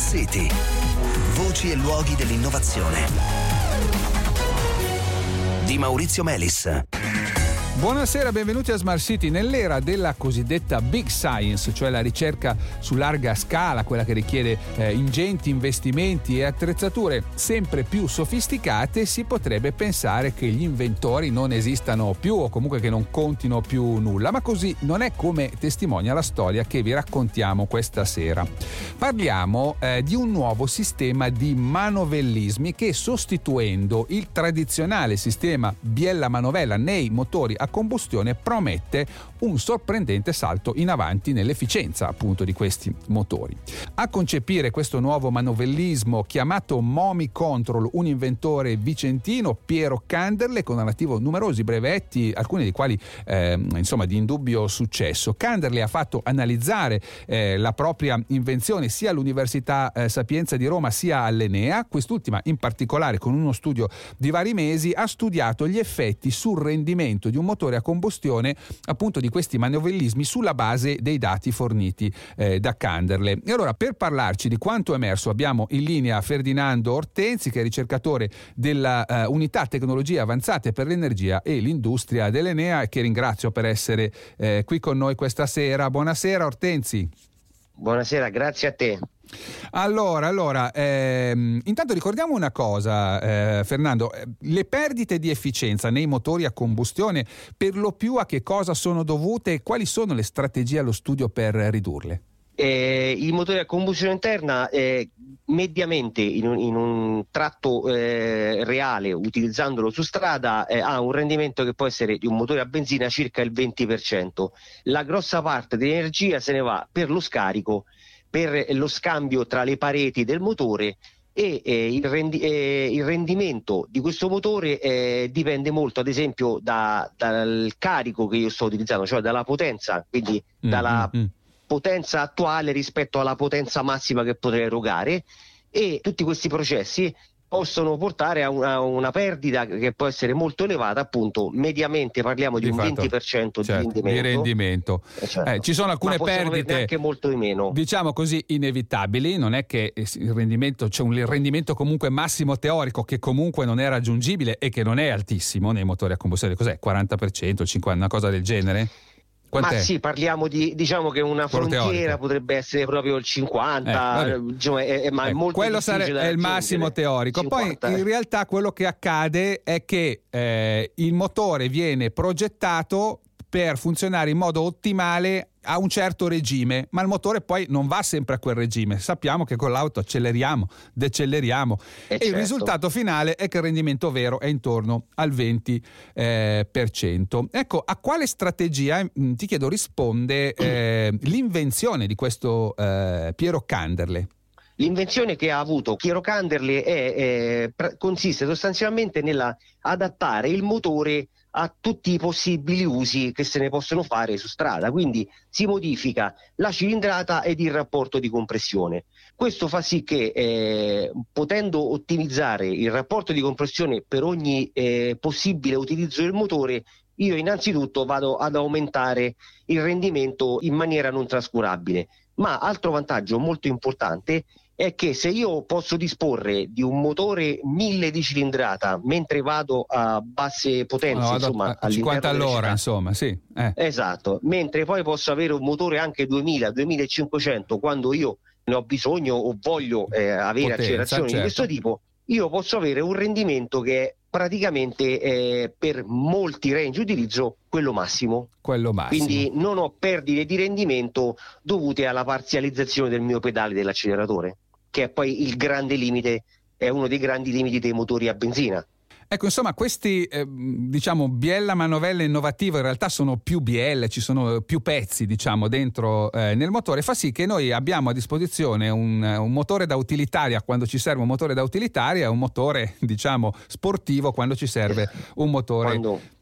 City. Voci e luoghi dell'innovazione. Di Maurizio Melis. Buonasera, benvenuti a Smart City. Nell'era della cosiddetta Big Science, cioè la ricerca su larga scala, quella che richiede ingenti investimenti e attrezzature sempre più sofisticate, si potrebbe pensare che gli inventori non esistano più o comunque che non contino più nulla, ma così non è, come testimonia la storia che vi raccontiamo questa sera. Parliamo di un nuovo sistema di manovellismi che, sostituendo il tradizionale sistema biella-manovella nei motori a combustione, promette un sorprendente salto in avanti nell'efficienza appunto di questi motori. A concepire questo nuovo manovellismo, chiamato Momi Control, un inventore vicentino, Piero Canderle, con all'attivo numerosi brevetti, alcuni dei quali di indubbio successo. Canderle ha fatto analizzare la propria invenzione sia all'Università Sapienza di Roma sia all'Enea. Quest'ultima in particolare, con uno studio di vari mesi, ha studiato gli effetti sul rendimento di un motore a combustione appunto di questi manovellismi sulla base dei dati forniti da Canderle. E allora, per parlarci di quanto emerso, abbiamo in linea Ferdinando Ortenzi, che è ricercatore della Unità Tecnologie Avanzate per l'Energia e l'Industria dell'Enea, e che ringrazio per essere qui con noi questa sera. Buonasera Ortenzi. Buonasera, grazie a te. Allora, intanto ricordiamo una cosa, Fernando, le perdite di efficienza nei motori a combustione per lo più a che cosa sono dovute e quali sono le strategie allo studio per ridurle? I motori a combustione interna mediamente in un tratto reale, utilizzandolo su strada, ha un rendimento che può essere di un motore a benzina circa il 20%. La grossa parte dell'energia se ne va per lo scarico, per lo scambio tra le pareti del motore, e il rendimento di questo motore dipende molto, ad esempio, dal carico che io sto utilizzando, cioè dalla potenza, quindi dalla potenza attuale rispetto alla potenza massima che potrei erogare, e tutti questi processi possono portare a una perdita che può essere molto elevata. Appunto, mediamente parliamo di un 20% di rendimento. Certo. Ci sono alcune perdite anche molto di meno, diciamo così, inevitabili. Non è che il rendimento, c'è un rendimento comunque massimo teorico che comunque non è raggiungibile e che non è altissimo nei motori a combustione. Cos'è? 40%, 50%, una cosa del genere? Quant'è? Ma sì, parliamo diciamo che una frontiera teorico potrebbe essere proprio il 50, ma è molto quello difficile è il massimo teorico. 50. Poi in realtà quello che accade è che il motore viene progettato per funzionare in modo ottimale a un certo regime, ma il motore poi non va sempre a quel regime. Sappiamo che con l'auto acceleriamo, deceleriamo e il risultato finale è che il rendimento vero è intorno al 20%. Ecco, a quale strategia, ti chiedo, risponde l'invenzione di questo Piero Canderle? L'invenzione che ha avuto Piero Canderle consiste sostanzialmente nella adattare il motore a tutti i possibili usi che se ne possono fare su strada, quindi si modifica la cilindrata ed il rapporto di compressione. Questo fa sì che potendo ottimizzare il rapporto di compressione per ogni possibile utilizzo del motore, io innanzitutto vado ad aumentare il rendimento in maniera non trascurabile. Ma altro vantaggio molto importante è che se io posso disporre di un motore 1000 di cilindrata mentre vado a basse potenze, insomma a 50 all'ora, insomma, sì. Esatto, mentre poi posso avere un motore anche 2000, 2500 quando io ne ho bisogno o voglio avere accelerazioni di questo tipo, io posso avere un rendimento che è praticamente per molti range utilizzo quello massimo. Quindi non ho perdite di rendimento dovute alla parzializzazione del mio pedale dell'acceleratore, che è poi il grande limite, è uno dei grandi limiti dei motori a benzina. Ecco, insomma, questi biella manovella innovativa in realtà sono più bielle, ci sono più pezzi, diciamo, dentro nel motore. Fa sì che noi abbiamo a disposizione un motore da utilitaria quando ci serve un motore da utilitaria e un motore, diciamo, sportivo quando ci serve un motore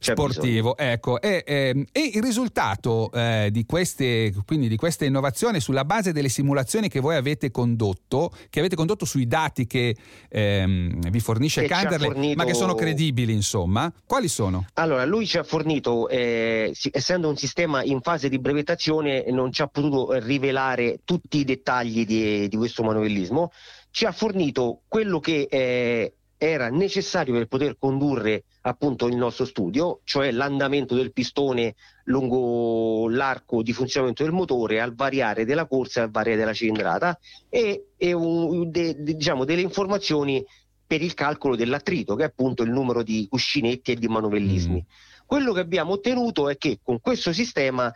sportivo, ecco, e il risultato di queste innovazioni sulla base delle simulazioni che voi avete condotto sui dati che vi fornisce Canderley, ma che sono credibili, insomma, quali sono? Allora, lui ci ha fornito, essendo un sistema in fase di brevettazione, non ci ha potuto rivelare tutti i dettagli di questo manovellismo. Ci ha fornito quello che era necessario per poter condurre appunto il nostro studio, cioè l'andamento del pistone lungo l'arco di funzionamento del motore al variare della corsa e al variare della cilindrata e diciamo delle informazioni per il calcolo dell'attrito, che è appunto il numero di cuscinetti e di manovellismi. Quello che abbiamo ottenuto è che con questo sistema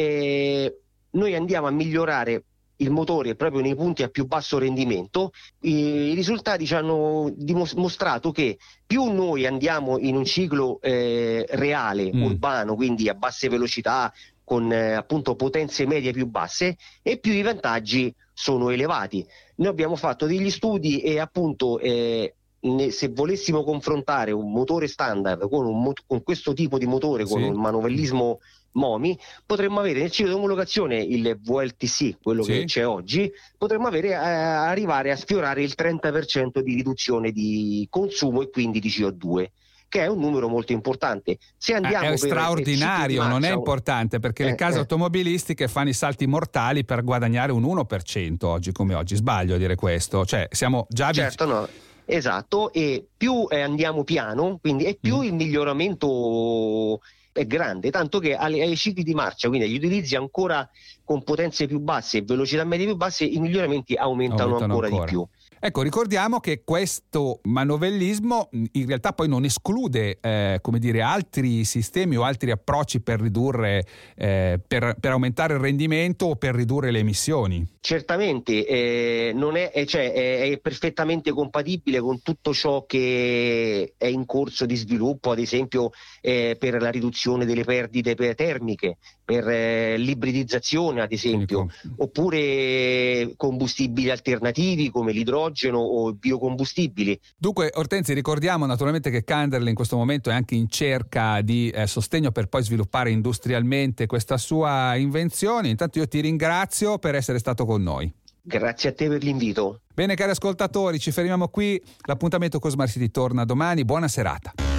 noi andiamo a migliorare il motore proprio nei punti a più basso rendimento. I risultati ci hanno dimostrato che più noi andiamo in un ciclo reale, urbano, quindi a basse velocità, con appunto potenze medie più basse, e più i vantaggi sono elevati. Noi abbiamo fatto degli studi e appunto se volessimo confrontare un motore standard con questo tipo di motore, con un manovellismo MOMI, potremmo avere nel ciclo di omologazione il VLTC, quello che c'è oggi, potremmo arrivare a sfiorare il 30% di riduzione di consumo e quindi di CO2, che è un numero molto importante. Se andiamo è straordinario, non è importante, perché le case automobilistiche fanno i salti mortali per guadagnare un 1% oggi come oggi. Sbaglio a dire questo? Cioè siamo già certo, no. Esatto, e più andiamo piano, quindi e più il miglioramento è grande, tanto che ai cicli di marcia, quindi agli utilizzi ancora con potenze più basse e velocità medie più basse, i miglioramenti aumentano ancora di più. Ecco, ricordiamo che questo manovellismo in realtà poi non esclude altri sistemi o altri approcci per ridurre per aumentare il rendimento o per ridurre le emissioni. Certamente non è perfettamente compatibile con tutto ciò che è in corso di sviluppo, ad esempio per la riduzione delle perdite termiche, per l'ibridizzazione ad esempio, oppure combustibili alternativi come l'idrogeno o biocombustibili. Dunque, Ortensi, ricordiamo naturalmente che Canderley in questo momento è anche in cerca di sostegno per poi sviluppare industrialmente questa sua invenzione. Intanto io ti ringrazio per essere stato con noi. Grazie a te per l'invito. Bene, cari ascoltatori, ci fermiamo qui. L'appuntamento con Smart City torna domani. Buona serata.